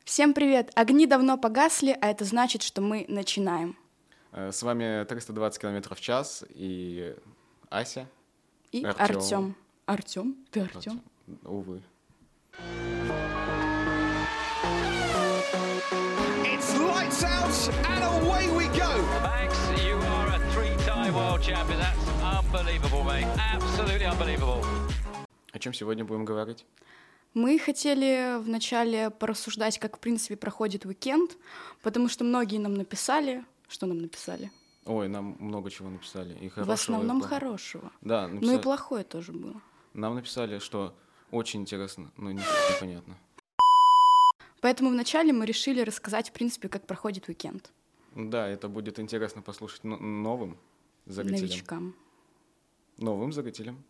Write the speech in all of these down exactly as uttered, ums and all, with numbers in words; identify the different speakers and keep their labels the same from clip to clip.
Speaker 1: Всем привет! Огни давно погасли, а это значит, что мы начинаем.
Speaker 2: С вами триста двадцать километров в час и Ася.
Speaker 1: И Артём. Артём? Ты Артём?
Speaker 2: Артём. Увы.
Speaker 3: It's lights out and away we go.
Speaker 4: Max, you are a three-time world champion. That's unbelievable, mate. Absolutely unbelievable.
Speaker 2: О чем сегодня будем говорить?
Speaker 1: Мы хотели вначале порассуждать, как, в принципе, проходит уикенд, потому что многие нам написали. Что нам написали?
Speaker 2: Ой, нам много чего написали. И хорошего,
Speaker 1: в основном
Speaker 2: и плохого.
Speaker 1: Хорошего.
Speaker 2: Да, написали...
Speaker 1: Ну и плохое тоже было.
Speaker 2: Нам написали, что очень интересно, но ничего непонятно.
Speaker 1: Поэтому вначале мы решили рассказать, в принципе, как проходит уикенд.
Speaker 2: Да, это будет интересно послушать новым зрителям.
Speaker 1: Новичкам.
Speaker 2: Новым зрителям.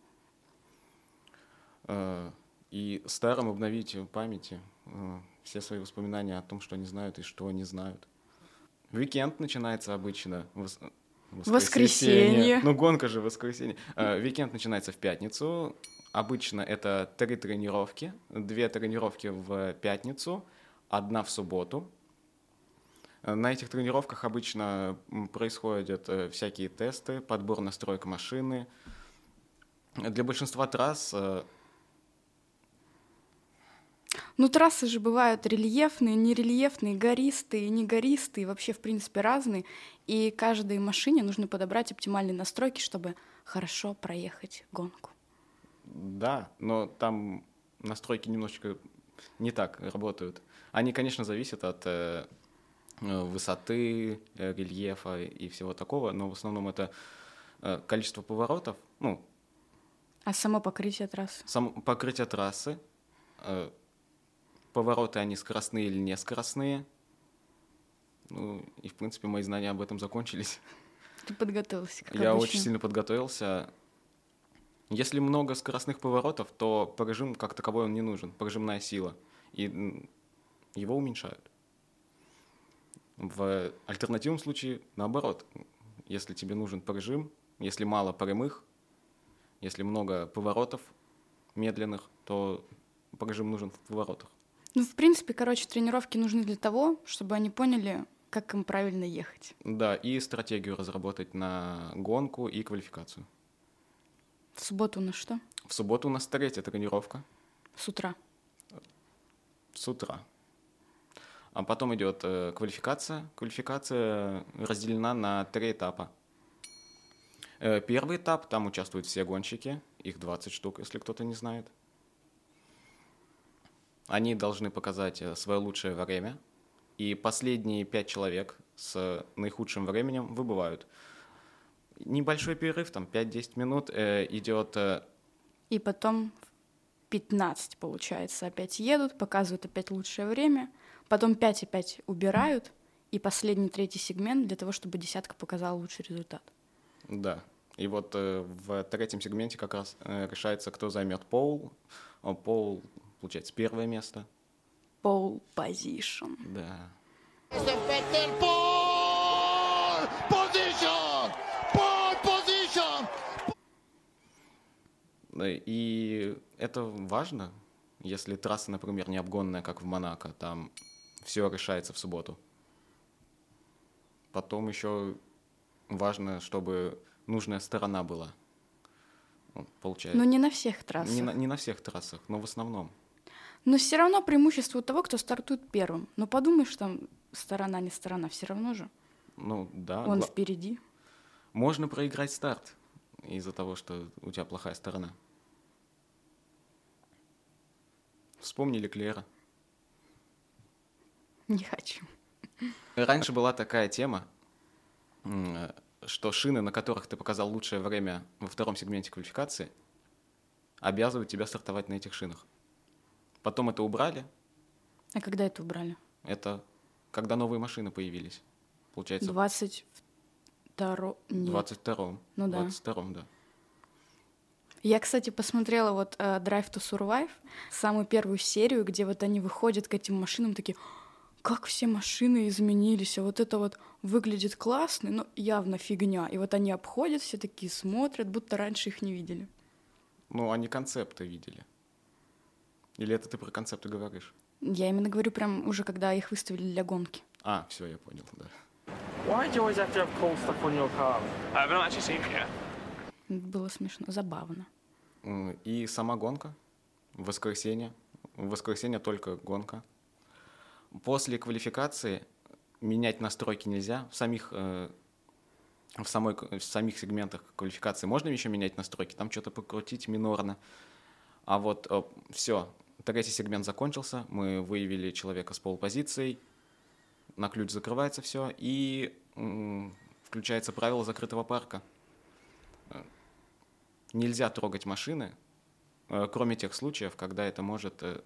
Speaker 2: И старым обновить в памяти все свои воспоминания о том, что они знают и что они знают. Уикенд начинается обычно в воскресенье.
Speaker 1: воскресенье.
Speaker 2: Ну, гонка же в воскресенье. Уикенд начинается в пятницу. Обычно это три тренировки. Две тренировки в пятницу, одна в субботу. На этих тренировках обычно происходят всякие тесты, подбор, настройка машины. Для большинства трасс...
Speaker 1: Ну, трассы же бывают рельефные, нерельефные, гористые, негористые, вообще, в принципе, разные. И каждой машине нужно подобрать оптимальные настройки, чтобы хорошо проехать гонку.
Speaker 2: Да, но там настройки немножечко не так работают. Они, конечно, зависят от э, высоты, э, рельефа и всего такого, но в основном это э, количество поворотов, ну...
Speaker 1: А само покрытие трассы?
Speaker 2: Само покрытие трассы, э, повороты, они скоростные или не скоростные. Ну, и, в принципе, мои знания об этом закончились.
Speaker 1: Ты подготовился, как
Speaker 2: Я
Speaker 1: обычно.
Speaker 2: очень сильно подготовился. Если много скоростных поворотов, то прожим как таковой он не нужен, прожимная сила. И его уменьшают. В альтернативном случае, наоборот. Если тебе нужен прожим, если мало прямых, если много поворотов медленных, то прожим нужен в поворотах.
Speaker 1: Ну, в принципе, короче, тренировки нужны для того, чтобы они поняли, как им правильно ехать.
Speaker 2: Да, и стратегию разработать на гонку и квалификацию.
Speaker 1: В субботу у нас что?
Speaker 2: В субботу у нас третья тренировка.
Speaker 1: С утра.
Speaker 2: С утра. А потом идет э, квалификация. Квалификация разделена на три этапа. Э, первый этап, там участвуют все гонщики, их двадцать штук, если кто-то не знает. Они должны показать свое лучшее время, и последние пять человек с наихудшим временем выбывают. Небольшой перерыв, там пять-десять минут э, идет... Э...
Speaker 1: И потом пятнадцать, получается, опять едут, показывают опять лучшее время, потом пять опять убирают, и последний третий сегмент для того, чтобы десятка показала лучший результат.
Speaker 2: Да, и вот э, в третьем сегменте как раз э, решается, кто займет пол. Пол... Получается, первое место.
Speaker 1: Pole position.
Speaker 2: Да.
Speaker 3: Pole position! Pole position!
Speaker 2: И это важно, если трасса, например, не обгонная, как в Монако, там все решается в субботу. Потом еще важно, чтобы нужная сторона была. Получается.
Speaker 1: Но не на всех трассах.
Speaker 2: Не на, не на всех трассах, но в основном.
Speaker 1: Но все равно преимущество у того, кто стартует первым. Но подумаешь, там сторона не сторона, все равно же.
Speaker 2: Ну да.
Speaker 1: Он
Speaker 2: гла...
Speaker 1: впереди.
Speaker 2: Можно проиграть старт из-за того, что у тебя плохая сторона. Вспомни Леклера.
Speaker 1: Не хочу.
Speaker 2: Раньше была такая тема, что шины, на которых ты показал лучшее время во втором сегменте квалификации, обязывают тебя стартовать на этих шинах. Потом это убрали.
Speaker 1: А когда это убрали?
Speaker 2: Это когда новые машины появились. Получается...
Speaker 1: двадцать втором... Нет.
Speaker 2: двадцать втором.
Speaker 1: Ну да.
Speaker 2: двадцать втором, да.
Speaker 1: Я, кстати, посмотрела вот uh, Drive to Survive, самую первую серию, где вот они выходят к этим машинам, такие... Как все машины изменились, а вот это вот выглядит классно, но явно фигня. И вот они обходят, все такие смотрят, будто раньше их не видели.
Speaker 2: Ну, они концепты видели. Или это ты про концепты говоришь?
Speaker 1: Я именно говорю прям уже, когда их выставили для гонки.
Speaker 2: А, все, я понял, да.
Speaker 5: Why do you always have to have cool stuff on your car?
Speaker 4: I've not actually seen it yet.
Speaker 1: Было смешно, забавно.
Speaker 2: М, И сама гонка в воскресенье. В воскресенье только гонка. После квалификации менять настройки нельзя. В самих, э, в, самой, в самих сегментах квалификации можно еще менять настройки, там что-то покрутить минорно. А вот все, третий сегмент закончился, мы выявили человека с полупозицией, на ключ закрывается все, и м, включается правило закрытого парка. Нельзя трогать машины, э, кроме тех случаев, когда это может э,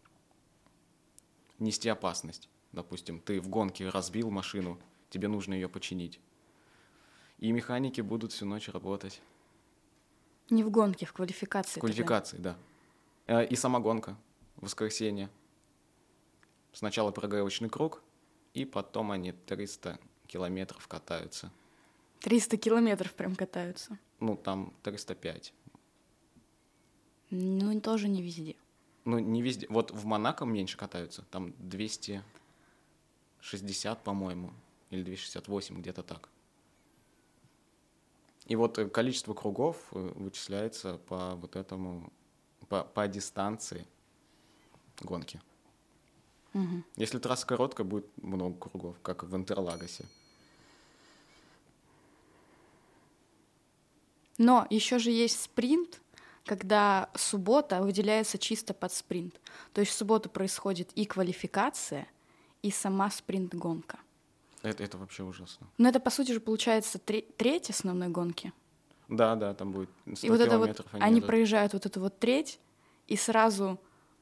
Speaker 2: нести опасность. Допустим, ты в гонке разбил машину, тебе нужно ее починить. И механики будут всю ночь работать.
Speaker 1: Не в гонке, в квалификации.
Speaker 2: В квалификации, да. Э, И сама гонка в воскресенье. Сначала прогревочный круг, и потом они триста километров катаются.
Speaker 1: триста километров прям катаются.
Speaker 2: Ну, там триста пять.
Speaker 1: Ну, тоже не везде.
Speaker 2: Ну, не везде. Вот в Монако меньше катаются. Там двести шестьдесят, по-моему, или двести шестьдесят восемь, где-то так. И вот э, количество кругов э, вычисляется по вот этому, по, по дистанции гонки.
Speaker 1: Мгм.
Speaker 2: Если трасса короткая, будет много кругов, как в Интерлагосе.
Speaker 1: Но еще же есть спринт, когда суббота выделяется чисто под спринт. То есть в субботу происходит и квалификация, и сама спринт-гонка.
Speaker 2: Это, это вообще ужасно.
Speaker 1: Но это, по сути же, получается тре- треть основной гонки.
Speaker 2: Да, да, там будет сто
Speaker 1: И вот это вот,
Speaker 2: километров.
Speaker 1: они
Speaker 2: едут.
Speaker 1: проезжают вот эту вот треть, и сразу...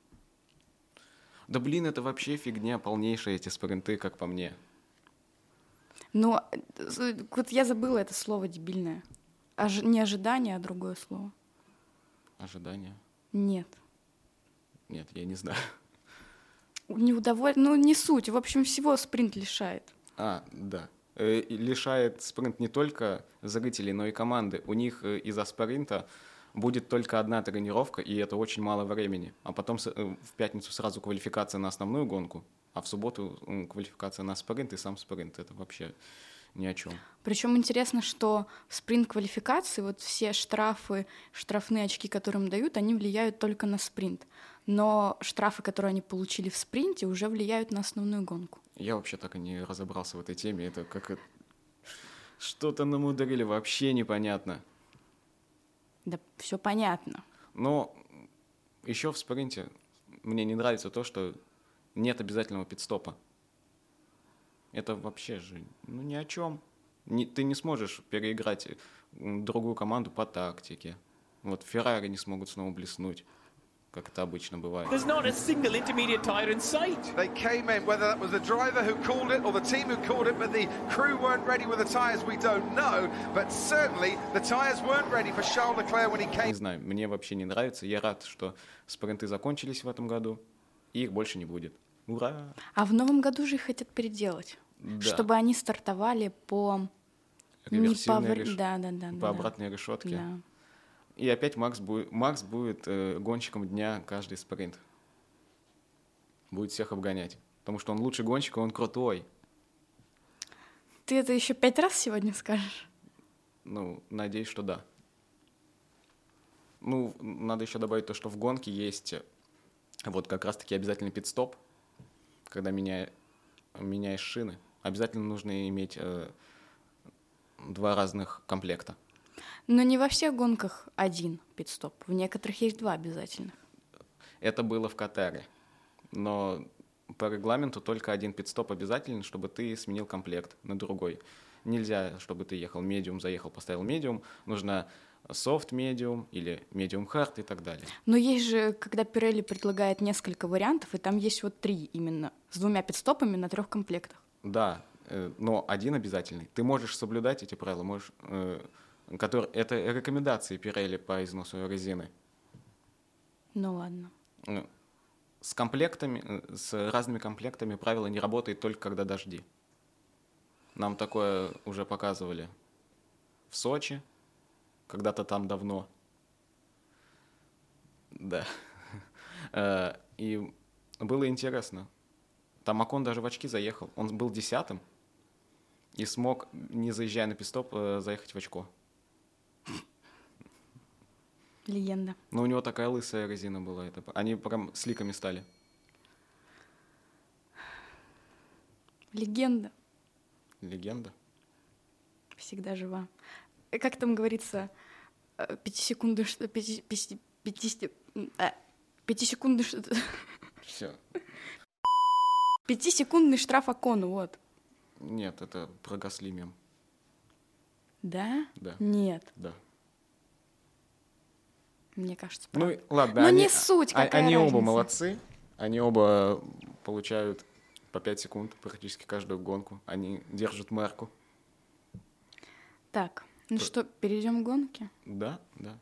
Speaker 2: Да блин, это вообще фигня полнейшая, эти спринты, как по мне.
Speaker 1: Но э, вот я забыла это слово дебильное. Ожи- Не ожидание, а другое слово.
Speaker 2: Ожидания?
Speaker 1: Нет.
Speaker 2: Нет, я не знаю.
Speaker 1: Неудоволь... Ну, не суть. В общем, всего спринт лишает.
Speaker 2: А, да. Э, и лишает спринт не только зрителей, но и команды. У них э, из-за спринта будет только одна тренировка, и это очень мало времени. А потом с- э, в пятницу сразу квалификация на основную гонку, а в субботу м, квалификация на спринт и сам спринт. Это вообще ни о чем.
Speaker 1: Причем интересно, что в спринт-квалификации вот все штрафы, штрафные очки, которым дают, они влияют только на спринт. Но штрафы, которые они получили в спринте, уже влияют на основную гонку.
Speaker 2: Я вообще так и не разобрался в этой теме. Это как... э, Что-то намудрили, вообще непонятно.
Speaker 1: Да, все понятно.
Speaker 2: Но еще в спринте мне не нравится то, что нет обязательного пит-стопа. Это вообще же ну, ни о чем. Не, ты не сможешь переиграть м, другую команду по тактике. Вот Феррари не смогут снова блеснуть, как это обычно бывает.
Speaker 5: There's not a single intermediate tyre in sight.
Speaker 3: They came in, whether that was the driver who called it or the team who called it, but the crew weren't ready with the tyres, we don't know. But certainly the tyres weren't ready for Charles Leclerc when he came.
Speaker 2: Не знаю, мне вообще не нравится. Я рад, что спринты закончились в этом году, и их больше не будет. Ура!
Speaker 1: А в новом году же их хотят переделать,
Speaker 2: Да.
Speaker 1: чтобы они стартовали по... не по
Speaker 2: Реверсивная
Speaker 1: вре-
Speaker 2: реш-
Speaker 1: Да, да, да.
Speaker 2: по
Speaker 1: да,
Speaker 2: обратной решетке.
Speaker 1: да.
Speaker 2: И опять Макс будет, Макс будет э, гонщиком дня каждый спринт. Будет всех обгонять. Потому что он лучший гонщик, и он крутой.
Speaker 1: Ты это еще пять раз сегодня скажешь?
Speaker 2: Ну, надеюсь, что да. Ну, надо еще добавить то, что в гонке есть э, вот как раз-таки обязательный пит-стоп, когда меня, меняешь шины. Обязательно нужно иметь э, два разных комплекта.
Speaker 1: Но не во всех гонках один пит-стоп. В некоторых есть два обязательных.
Speaker 2: Это было в Катаре. Но по регламенту только один пит-стоп обязателен, чтобы ты сменил комплект на другой. Нельзя, чтобы ты ехал медиум, заехал, поставил медиум. Нужно софт медиум или медиум хард и так далее.
Speaker 1: Но есть же, когда Pirelli предлагает несколько вариантов, и там есть вот три именно, с двумя пит-стопами на трех комплектах.
Speaker 2: Да, э, но один обязательный. Ты можешь соблюдать эти правила, можешь, э, которые, это рекомендации Pirelli по износу резины.
Speaker 1: Ну ладно.
Speaker 2: Э, С комплектами, э, с разными комплектами правило не работает только когда дожди. Нам такое уже показывали в Сочи, когда-то там давно. Да. Э, И было интересно. Там Окон даже в очки заехал. Он был десятым и смог, не заезжая на пит-стоп, заехать в очко.
Speaker 1: Легенда.
Speaker 2: Но у него такая лысая резина была. Это... Они прям сликами стали.
Speaker 1: Легенда.
Speaker 2: Легенда.
Speaker 1: Всегда жива. Как там говорится, пятисекундный... Пяти, пяти, пяти, а, пятисекундный...
Speaker 2: Все.
Speaker 1: Пятисекундный штраф Окону, вот.
Speaker 2: Нет, это про Гасли мем.
Speaker 1: Да?
Speaker 2: Да.
Speaker 1: Нет.
Speaker 2: Да.
Speaker 1: Мне кажется,
Speaker 2: Ну,
Speaker 1: правда.
Speaker 2: ладно.
Speaker 1: Но
Speaker 2: они,
Speaker 1: не суть,
Speaker 2: а,
Speaker 1: какая
Speaker 2: Они
Speaker 1: разница?
Speaker 2: оба молодцы. Они оба получают по пять секунд практически каждую гонку. Они держат марку.
Speaker 1: Так, ну
Speaker 2: Т-
Speaker 1: что, перейдем к гонке?
Speaker 2: Да, да.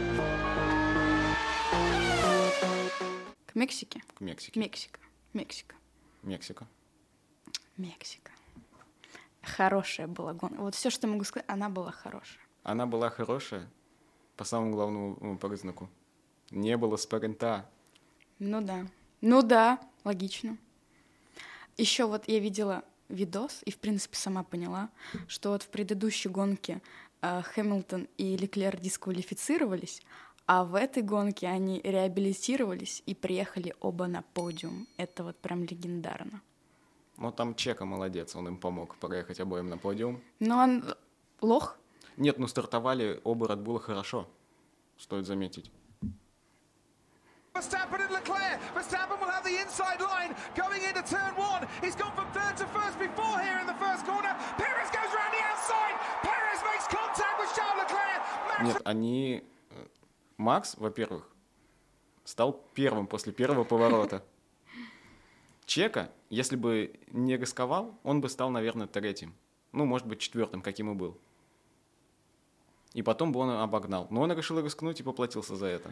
Speaker 1: К Мексике?
Speaker 2: К Мексике.
Speaker 1: Мексика. Мексика.
Speaker 2: Мексика.
Speaker 1: Мексика. Хорошая была гонка. Вот все, что я могу сказать, она была хорошая.
Speaker 2: Она была хорошая по самому главному признаку. Не было спринта.
Speaker 1: Ну да. Ну да, логично. Еще вот я видела видос и, в принципе, сама поняла, что вот в предыдущей гонке э, Хэмилтон и Леклер дисквалифицировались, а в этой гонке они реабилитировались и приехали оба на подиум. Это вот прям легендарно.
Speaker 2: Но там Чека молодец, он им помог проехать обоим на подиум.
Speaker 1: Но он лох.
Speaker 2: Нет, ну стартовали оба Red Bull хорошо, стоит заметить.
Speaker 3: Verstappen and Leclerc. Verstappen will have the inside line going into turn one. He's gone from third to first before here in the first corner. Perez goes round the outside. Perez makes contact with Charles Leclerc. Max
Speaker 2: Нет, они... Макс, во-первых, стал первым после первого поворота. Чека, если бы не рисковал, он бы стал, наверное, третьим. Ну, может быть, четвертым, каким и был. И потом бы он обогнал. Но он решил рискнуть и поплатился за это.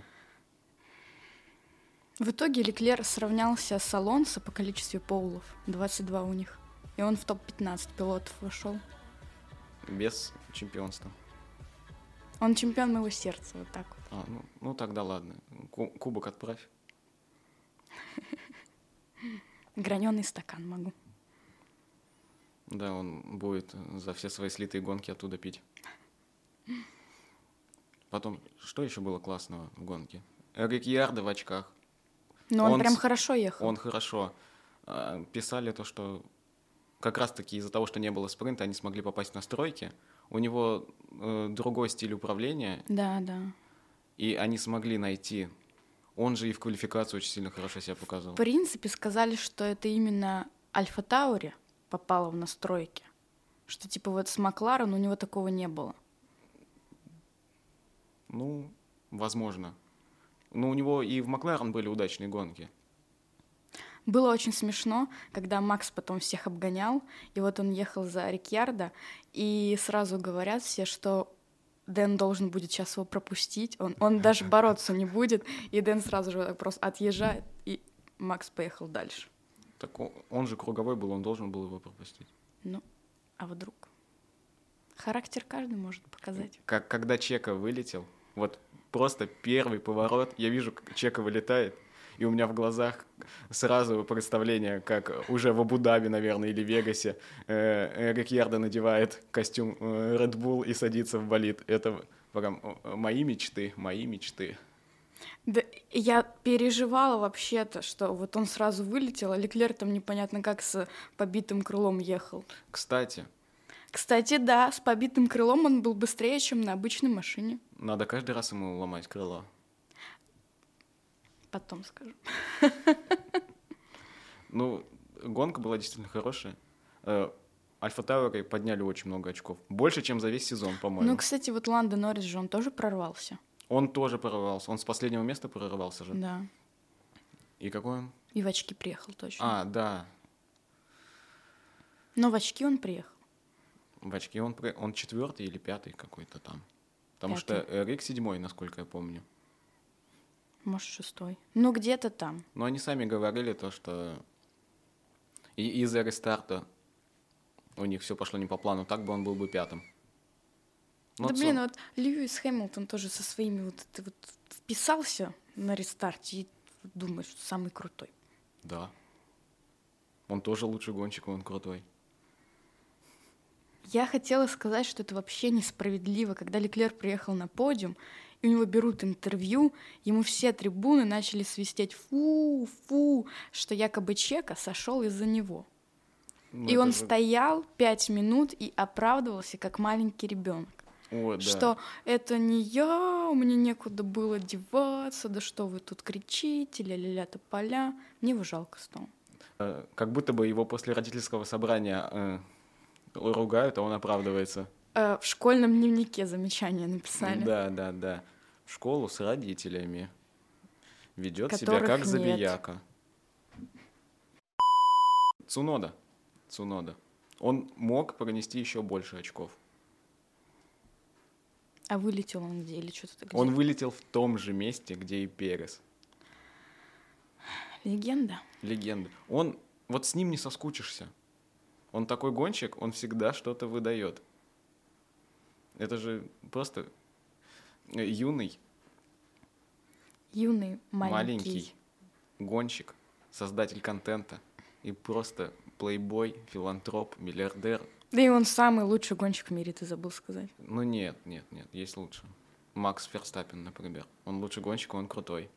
Speaker 1: В итоге Леклер сравнялся с Алонсо по количеству полов. двадцать два у них. И он в топ пятнадцать пилотов вошел.
Speaker 2: Без чемпионства.
Speaker 1: Он чемпион моего сердца, вот так вот.
Speaker 2: А, ну, ну тогда ладно. Ку- кубок отправь.
Speaker 1: Граненый стакан могу.
Speaker 2: Да, он будет за все свои слитые гонки оттуда пить. Потом, что еще было классного в гонке? Рикьярдо в очках.
Speaker 1: Но он,
Speaker 2: Он
Speaker 1: прям
Speaker 2: с-
Speaker 1: хорошо ехал.
Speaker 2: Он хорошо. А, Писали то, что как раз-таки из-за того, что не было спринта, они смогли попасть в настройки. У него э, другой стиль управления,
Speaker 1: Да, да.
Speaker 2: и они смогли найти. Он же и в квалификации очень сильно хорошо себя показывал.
Speaker 1: В принципе, сказали, что это именно Альфа Таури попала в настройки. Что типа вот с Макларен у него такого не было.
Speaker 2: Ну, возможно. Но у него и в Макларен были удачные гонки.
Speaker 1: Было очень смешно, когда Макс потом всех обгонял, и вот он ехал за Рикьярдо, и сразу говорят все, что Дэн должен будет сейчас его пропустить, он, он даже бороться не будет, и Дэн сразу же просто отъезжает, и Макс поехал дальше.
Speaker 2: Так он, он же круговой был, он должен был его пропустить.
Speaker 1: Ну, а вдруг? Характер каждый может показать.
Speaker 2: Как, когда Чека вылетел, вот просто первый поворот, я вижу, как Чека вылетает, и у меня в глазах сразу представление, как уже в Абу-Даби, наверное, или Вегасе э, Рикьярдо надевает костюм э, Red Bull и садится в болид. Это прям э, мои мечты, мои мечты.
Speaker 1: Да, я переживала вообще-то, что вот он сразу вылетел, а Леклер там непонятно как с побитым крылом ехал.
Speaker 2: Кстати,
Speaker 1: Кстати, да, с побитым крылом он был быстрее, чем на обычной машине.
Speaker 2: надо каждый раз ему ломать крыло.
Speaker 1: Потом скажу.
Speaker 2: Ну, гонка была действительно хорошая. Э, Альфа Таури подняли очень много очков. Больше, чем за весь сезон, по-моему.
Speaker 1: Ну, кстати, вот Ландо Норрис же, он тоже прорвался.
Speaker 2: Он тоже прорывался. Он с последнего места прорывался же.
Speaker 1: Да.
Speaker 2: И какой он?
Speaker 1: И в очки приехал точно.
Speaker 2: А, да.
Speaker 1: Но в очки он приехал.
Speaker 2: В очке он, при- он четвертый или пятый какой-то там. Потому
Speaker 1: Пятый.
Speaker 2: что Рик седьмой, насколько я помню.
Speaker 1: Может, шестой. Ну, где-то там.
Speaker 2: Но они сами говорили то, что и из-за рестарта у них все пошло не по плану. Так бы он был бы пятым. Но
Speaker 1: да,
Speaker 2: ц-
Speaker 1: блин, вот Льюис Хэмилтон тоже со своими вот, это вот вписался на рестарте и думает, что самый крутой.
Speaker 2: Да. Он тоже лучший гонщик, он крутой.
Speaker 1: Я хотела сказать, что это вообще несправедливо. Когда Леклер приехал на подиум, и у него берут интервью, ему все трибуны начали свистеть «фу, фу», что якобы Чека сошел из-за него.
Speaker 2: Ну,
Speaker 1: и он
Speaker 2: же...
Speaker 1: стоял пять минут и оправдывался, как маленький ребенок.
Speaker 2: О, да.
Speaker 1: Что это не я, у меня некуда было деваться, да что вы тут кричите, ля-ля-ля тополя. Мне его жалко стало.
Speaker 2: Как будто бы его после родительского собрания э, ругают, а он оправдывается.
Speaker 1: Э, в школьном дневнике замечания написали.
Speaker 2: Да, да, да. В школу с родителями. Ведет
Speaker 1: Которых
Speaker 2: себя как
Speaker 1: нет.
Speaker 2: забияка. Цунода. Цунода. Он мог пронести еще больше очков.
Speaker 1: А вылетел он где или что-то где?
Speaker 2: Он вылетел в том же месте, где и Перес.
Speaker 1: Легенда.
Speaker 2: Легенда. Он, вот с ним не соскучишься. Он такой гонщик, он всегда что-то выдает. Это же просто юный,
Speaker 1: Юный, маленький.
Speaker 2: маленький гонщик, создатель контента и просто плейбой, филантроп, миллиардер.
Speaker 1: Да и он самый лучший гонщик в мире, ты забыл сказать.
Speaker 2: Ну нет, нет, нет, есть лучше. Макс Ферстаппен, например. Он лучший гонщик, он крутой.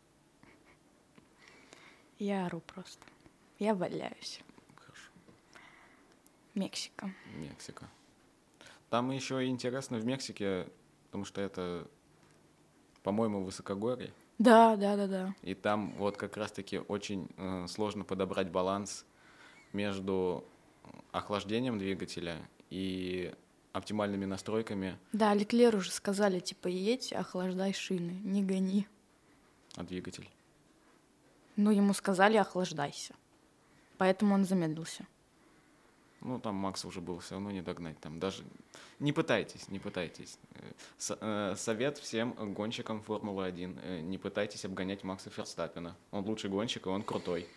Speaker 1: Я ору просто. Я валяюсь.
Speaker 2: Хорошо.
Speaker 1: Мексика.
Speaker 2: Мексика. Там еще интересно в Мексике, потому что это, по-моему, высокогорье.
Speaker 1: Да, да, да, да.
Speaker 2: И там вот как раз-таки очень э, сложно подобрать баланс между охлаждением двигателя и оптимальными настройками.
Speaker 1: Да, Леклеру уже сказали, типа, едь, охлаждай шины, не гони.
Speaker 2: А двигатель?
Speaker 1: Ну, ему сказали, охлаждайся. Поэтому он замедлился.
Speaker 2: Ну, там Макс уже был, все равно не догнать. Там даже не пытайтесь, не пытайтесь. С- э, совет всем гонщикам Формулы один. Э, не пытайтесь обгонять Макса Ферстаппена. Он лучший гонщик, и он крутой.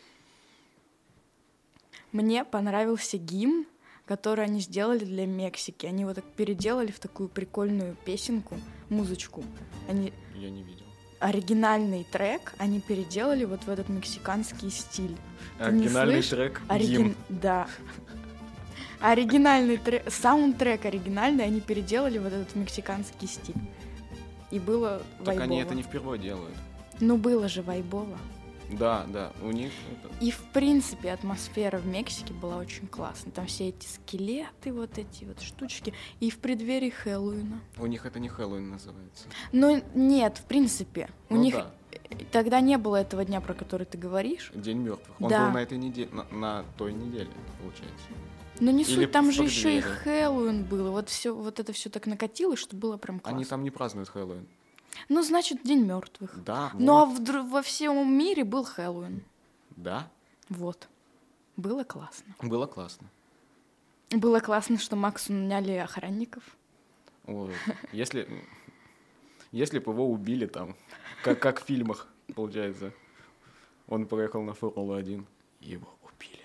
Speaker 1: Мне понравился гимн, который они сделали для Мексики. Они его так переделали в такую прикольную песенку, музычку. Они
Speaker 2: Я не видел.
Speaker 1: оригинальный трек они переделали вот в этот мексиканский стиль. Ты не
Speaker 2: Оригинальный
Speaker 1: слышь?
Speaker 2: трек
Speaker 1: Оригин-
Speaker 2: гимн.
Speaker 1: Да. Оригинальный трек, саундтрек оригинальный, они переделали вот этот мексиканский стиль. И было
Speaker 2: Так
Speaker 1: вайбово.
Speaker 2: они это не впервые делают.
Speaker 1: Ну, было же вайбово.
Speaker 2: Да, да, у них это...
Speaker 1: И, в принципе, атмосфера в Мексике была очень классная. Там все эти скелеты, вот эти вот штучки. И в преддверии Хэллоуина.
Speaker 2: У них это не Хэллоуин называется.
Speaker 1: Но нет, в принципе. У
Speaker 2: Ну
Speaker 1: них
Speaker 2: да.
Speaker 1: тогда не было этого дня, про который ты говоришь.
Speaker 2: День мертвых. Он
Speaker 1: Да.
Speaker 2: был на этой неделе, на, на той неделе, получается.
Speaker 1: Но не
Speaker 2: Или
Speaker 1: суть, там
Speaker 2: в
Speaker 1: же еще и
Speaker 2: преддверии.
Speaker 1: Хэллоуин был. Вот, все, вот это все так накатилось, что было прям классно.
Speaker 2: Они там не празднуют Хэллоуин.
Speaker 1: Ну, значит, День мертвых.
Speaker 2: Да,
Speaker 1: Ну, а
Speaker 2: вот.
Speaker 1: в дру- во всем мире был Хэллоуин.
Speaker 2: Да,
Speaker 1: Вот. Было классно.
Speaker 2: было классно.
Speaker 1: Было классно, что Максу наняли охранников.
Speaker 2: Вот. Если, если бы его убили там, как, как в фильмах, получается. Он поехал на Формулу один, его убили.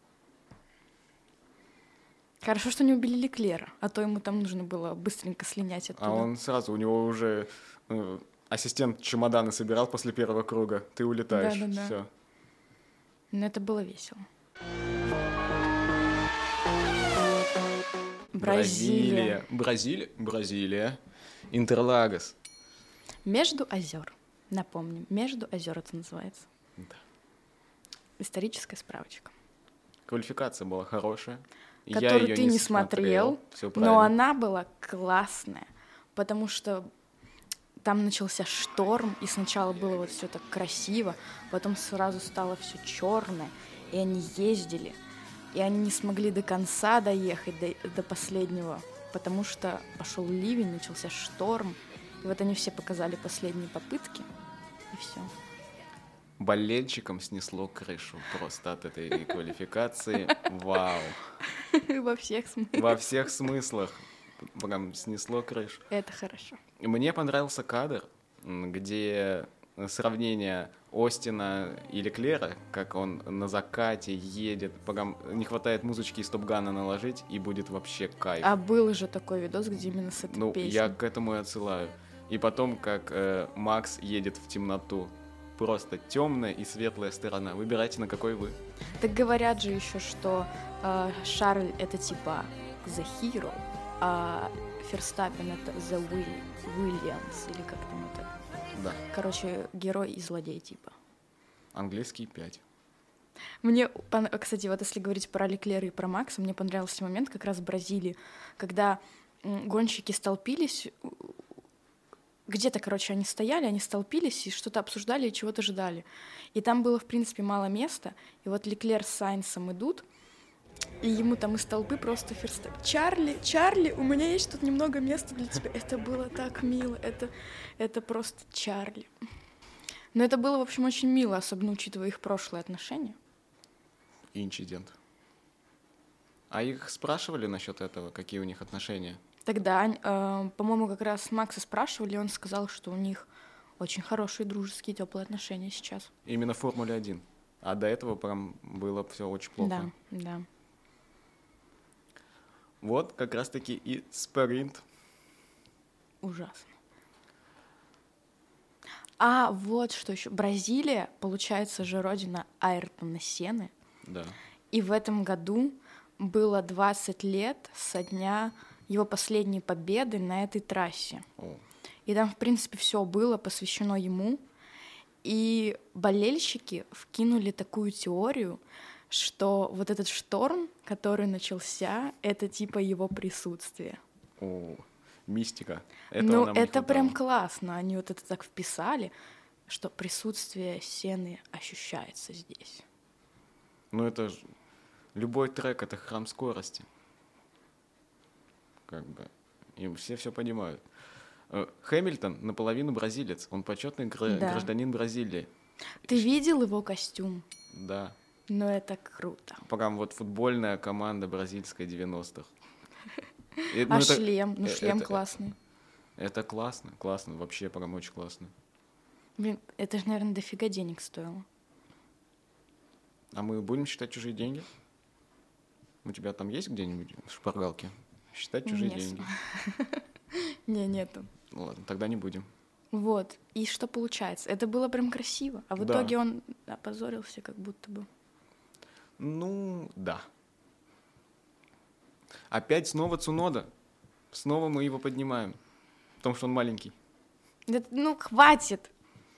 Speaker 1: Хорошо, что не убили Леклера, а то ему там нужно было быстренько слинять оттуда.
Speaker 2: А он сразу, у него уже э, ассистент чемоданы собирал после первого круга. Ты улетаешь,
Speaker 1: Да-да-да.
Speaker 2: все.
Speaker 1: Но это было весело. Бразилия.
Speaker 2: Бразилия. Бразилия. Интерлагос.
Speaker 1: Между озер. Напомним, между озер это называется.
Speaker 2: Да.
Speaker 1: Историческая справочка.
Speaker 2: Квалификация была хорошая. Я
Speaker 1: Которую
Speaker 2: её
Speaker 1: ты не смотрел,
Speaker 2: Всё
Speaker 1: но
Speaker 2: правильно.
Speaker 1: она была классная, потому что там начался шторм, и сначала было вот все так красиво, потом сразу стало все черное, и они ездили, и они не смогли до конца доехать, до, до последнего, потому что пошел ливень, начался шторм, и вот они все показали последние попытки, и все.
Speaker 2: Болельщикам снесло крышу просто от этой квалификации. Вау.
Speaker 1: Во всех смыслах.
Speaker 2: Во всех смыслах. Прям снесло крышу.
Speaker 1: Это хорошо.
Speaker 2: Мне понравился кадр, м, где сравнение Остина и Леклера, как он на закате едет, прям не хватает музычки из Топ-Гана наложить, и будет вообще кайф.
Speaker 1: А был же такой видос, где именно с этой
Speaker 2: Ну,
Speaker 1: песней.
Speaker 2: я к этому и отсылаю. И потом, как э, Макс едет в темноту. просто темная и светлая сторона. Выбирайте, на какой вы.
Speaker 1: Так говорят же еще, что э, Шарль это типа the hero, а Ферстаппен это the Will, Williams, или как там это.
Speaker 2: Да.
Speaker 1: Короче, герой и злодей типа.
Speaker 2: Английский пять.
Speaker 1: Мне, кстати, вот если говорить про Леклера и про Макса, мне понравился момент как раз в Бразилии, когда гонщики столпились, где-то, короче, они стояли, они столпились и что-то обсуждали и чего-то ждали. И там было, в принципе, мало места, и вот Леклер с Сайнсом идут, и ему там из толпы просто Ферстаппен: Чарли, Чарли, у меня есть тут немного места для тебя. Это было так мило, это, это просто Чарли. Но это было, в общем, очень мило, особенно учитывая их прошлые отношения.
Speaker 2: И инцидент. А их спрашивали насчет этого, какие у них отношения?
Speaker 1: Тогда, э, по-моему, как раз Макса спрашивали, и он сказал, что у них очень хорошие, дружеские, теплые отношения сейчас.
Speaker 2: Именно в Формуле один. А до этого прям было все очень плохо.
Speaker 1: Да, да.
Speaker 2: Вот как раз-таки и спринт.
Speaker 1: Ужасно. А вот что еще. Бразилия, получается же, родина Айртона Сенны.
Speaker 2: Да.
Speaker 1: И в этом году было двадцать лет со дня его последней победы на этой трассе.
Speaker 2: О.
Speaker 1: И там, в принципе, все было посвящено ему. И болельщики вкинули такую теорию, что вот этот шторм, который начался, это типа его присутствие.
Speaker 2: О, мистика. Этого
Speaker 1: Ну,
Speaker 2: нам не
Speaker 1: это прям
Speaker 2: хватало.
Speaker 1: классно. Они вот это так вписали, что присутствие Сенны ощущается здесь.
Speaker 2: Ну, это ж... Любой трек — это храм скорости. Как бы. И все все понимают. Э, Хэмилтон наполовину бразилец. Он почетный гра-
Speaker 1: Да.
Speaker 2: гражданин Бразилии.
Speaker 1: Ты видел его костюм?
Speaker 2: Да.
Speaker 1: Ну, это круто.
Speaker 2: Прям вот футбольная команда бразильская девяностых. И, ну,
Speaker 1: А
Speaker 2: это-
Speaker 1: шлем? Ну,
Speaker 2: э,
Speaker 1: шлем
Speaker 2: это-
Speaker 1: классный.
Speaker 2: Это классно, классно. Вообще прям очень классно.
Speaker 1: Блин, это же, наверное, дофига денег стоило.
Speaker 2: А мы будем считать чужие деньги? У тебя там есть где-нибудь в шпаргалке? Считать чужие
Speaker 1: Нет.
Speaker 2: деньги?
Speaker 1: Не, нету.
Speaker 2: Ну ладно, тогда не будем.
Speaker 1: Вот. И что получается? Это было прям красиво. А в
Speaker 2: Да.
Speaker 1: итоге он опозорился как будто бы.
Speaker 2: Ну, да. Опять снова Цунода. Снова мы его поднимаем. Потому что он маленький.
Speaker 1: Да, ну, хватит!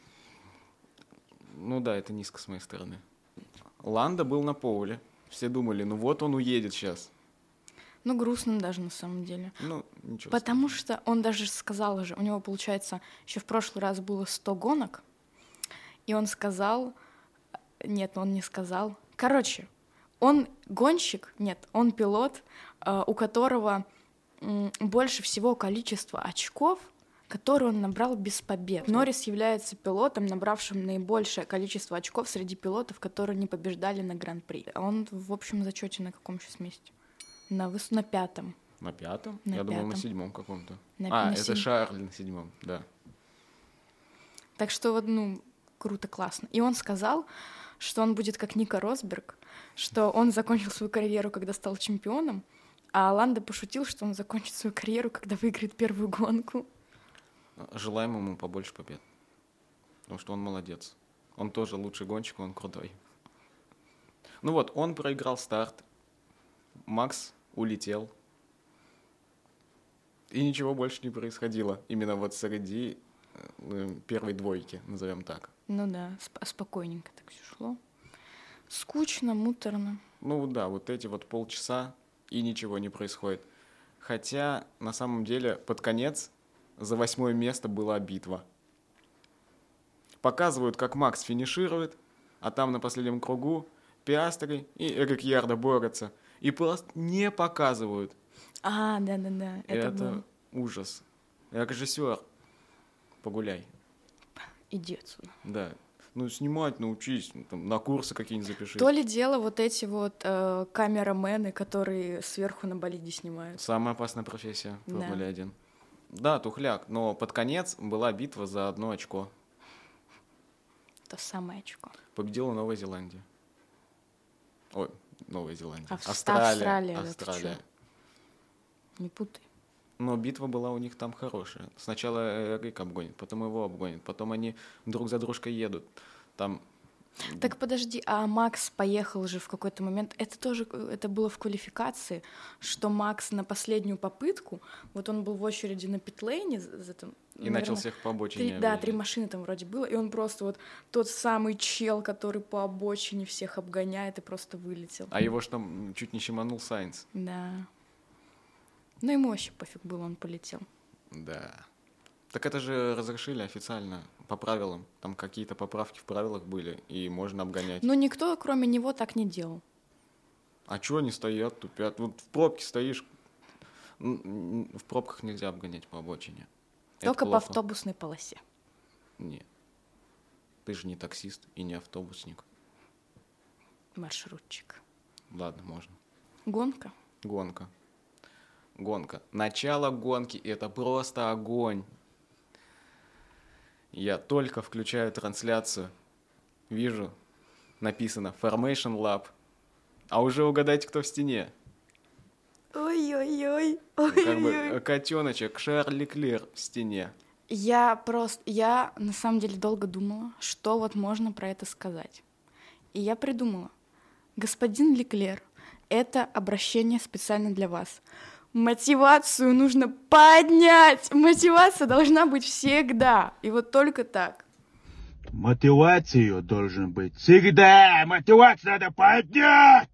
Speaker 2: Ну да, это низко с моей стороны. Ланда был на поле. Все думали, ну вот он уедет сейчас.
Speaker 1: Ну, грустно даже на самом деле.
Speaker 2: Ну, ничего.
Speaker 1: Потому что он даже сказал же, у него, получается, еще в прошлый раз было сто гонок, и он сказал... Нет, он не сказал. Короче, он гонщик, нет, он пилот, э, у которого м, больше всего количество очков, которые он набрал без побед. Норрис является пилотом, набравшим наибольшее количество очков среди пилотов, которые не побеждали на Гран-при. А он в общем зачете на каком сейчас месте? На, выс... на пятом.
Speaker 2: На пятом?
Speaker 1: На
Speaker 2: Я думал, на
Speaker 1: пятом.
Speaker 2: седьмом каком-то.
Speaker 1: На-
Speaker 2: а,
Speaker 1: на
Speaker 2: это
Speaker 1: седь-
Speaker 2: Шарль на седьмом, да.
Speaker 1: Так что вот, ну, круто, классно. И он сказал, что он будет как Ника Росберг, что он закончил свою карьеру, когда стал чемпионом, а Ланда пошутил, что он закончит свою карьеру, когда выиграет первую гонку.
Speaker 2: Желаем ему побольше побед. Потому что он молодец. Он тоже лучший гонщик, он крутой. Ну вот, он проиграл старт. Макс улетел. И ничего больше не происходило. Именно вот среди э, первой двойки, назовем так.
Speaker 1: Ну да, сп- спокойненько так все шло. Скучно, муторно.
Speaker 2: Ну да, вот эти вот полчаса, и ничего не происходит. Хотя, на самом деле, под конец за восьмое место была битва. Показывают, как Макс финиширует, а там на последнем кругу Пиастри и Эрик Ярдо борются. И просто не показывают.
Speaker 1: А, да-да-да, это,
Speaker 2: Это
Speaker 1: был...
Speaker 2: ужас. Режиссер, погуляй.
Speaker 1: Иди отсюда.
Speaker 2: Да. Ну, снимать научись, ну, там, на курсы какие-нибудь запишись.
Speaker 1: То ли дело вот эти вот э, камерамены, которые сверху на болиде снимают.
Speaker 2: Самая опасная профессия в
Speaker 1: Да.
Speaker 2: Формуле один. Да, тухляк, но под конец была битва за одно очко.
Speaker 1: То самое очко.
Speaker 2: Победила Новая Зеландия. Ой, Новая Зеландия.
Speaker 1: Авс-
Speaker 2: Австралия.
Speaker 1: Австралия, да, ты
Speaker 2: Австралия.
Speaker 1: чё? Не путай.
Speaker 2: Но битва была у них там хорошая. Сначала Рик обгонит, потом его обгонит, потом они друг за дружкой едут. Там...
Speaker 1: Так подожди, а Макс поехал же в какой-то момент, это тоже, это было в квалификации, что Макс на последнюю попытку, вот он был в очереди на питлейне, за там,
Speaker 2: И
Speaker 1: наверное,
Speaker 2: начал всех по обочине.
Speaker 1: три, да, три машины там вроде было, и он просто вот тот самый чел, который по обочине всех обгоняет, и просто вылетел.
Speaker 2: А его ж там чуть не щеманул Сайнс.
Speaker 1: Да. Ну, ему вообще пофиг было, он полетел.
Speaker 2: Да. Так это же разрешили официально, по правилам. Там какие-то поправки в правилах были, и можно обгонять.
Speaker 1: Но никто, кроме него, так не делал.
Speaker 2: А чего они стоят, тупят? Вот в пробке стоишь. В пробках нельзя обгонять по обочине.
Speaker 1: Только по автобусной полосе.
Speaker 2: Нет. Ты же не таксист и не автобусник.
Speaker 1: Маршрутчик.
Speaker 2: Ладно, можно.
Speaker 1: Гонка?
Speaker 2: Гонка. Гонка. Начало гонки — это просто огонь. Я только включаю трансляцию, вижу, написано Formation Lab, а уже угадайте, кто в стене.
Speaker 1: Ой-ой-ой.
Speaker 2: Как бы котеночек Шарль Леклер в стене.
Speaker 1: Я просто, я на самом деле долго думала, что вот можно про это сказать. И я придумала. Господин Леклер, это обращение специально для вас. Мотивацию нужно поднять. Мотивация должна быть всегда. И вот только так.
Speaker 6: Мотивацию должен быть всегда. Мотивацию надо поднять.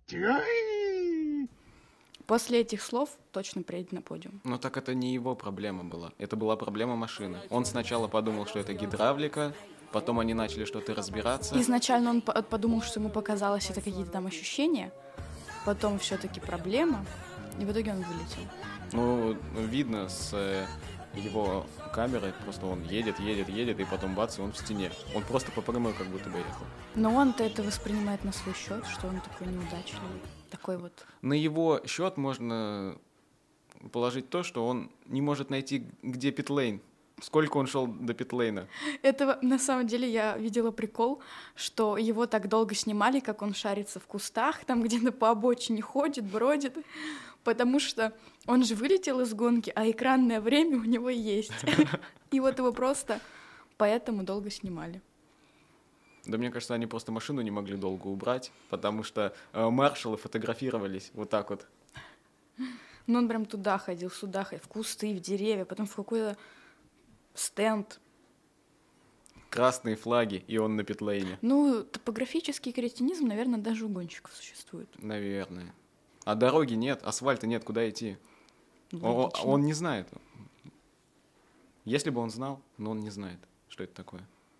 Speaker 1: После этих слов точно приедет на подиум.
Speaker 2: Но так это не его проблема была. Это была проблема машины. Он сначала подумал, что это гидравлика, потом они начали что-то разбираться.
Speaker 1: Изначально он подумал, что ему показалось это какие-то там ощущения, потом все-таки проблема. И в итоге он вылетел.
Speaker 2: Ну, видно с э, его камеры, просто он едет, едет, едет, и потом бац, и он в стене. Он просто по прямой как будто бы ехал.
Speaker 1: Но он-то это воспринимает на свой счет, что он такой неудачливый. Такой вот.
Speaker 2: На его счет можно положить то, что он не может найти, где питлейн. Сколько он шел до питлейна?
Speaker 1: Это, на самом деле, я видела прикол, что его так долго снимали, как он шарится в кустах, там где-то по обочине ходит, бродит, потому что он же вылетел из гонки, а экранное время у него есть. И вот его просто поэтому долго снимали.
Speaker 2: Да мне кажется, они просто машину не могли долго убрать, потому что э, маршалы фотографировались вот так вот.
Speaker 1: Ну он прям туда ходил, сюда ходил, в кусты, в деревья, потом в какой-то стенд.
Speaker 2: Красные флаги, и он на питлейне.
Speaker 1: Ну, топографический кретинизм, наверное, даже у гонщиков существует.
Speaker 2: Наверное. А дороги нет, асфальта нет, куда идти. Он, он не знает. Если бы он знал, но он не знает, что это такое.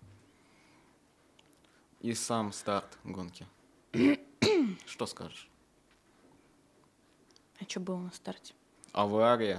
Speaker 2: И сам старт гонки. Что скажешь?
Speaker 1: А что было на старте?
Speaker 2: Авария.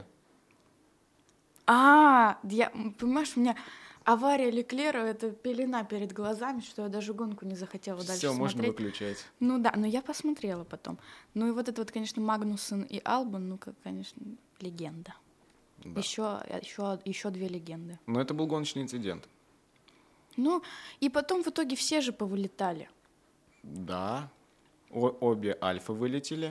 Speaker 1: А, я, понимаешь, у меня авария Леклера — это пелена перед глазами, что я даже гонку не захотела дальше
Speaker 2: Всё,
Speaker 1: смотреть.
Speaker 2: можно выключать.
Speaker 1: Ну да, но я посмотрела потом. Ну и вот это вот, конечно, Магнуссен и Албан, ну, как, конечно, легенда.
Speaker 2: Да.
Speaker 1: Еще, еще, еще две легенды.
Speaker 2: Но это был гоночный инцидент.
Speaker 1: Ну, и потом в итоге все же повылетали.
Speaker 2: Да. О- обе Альфы вылетели.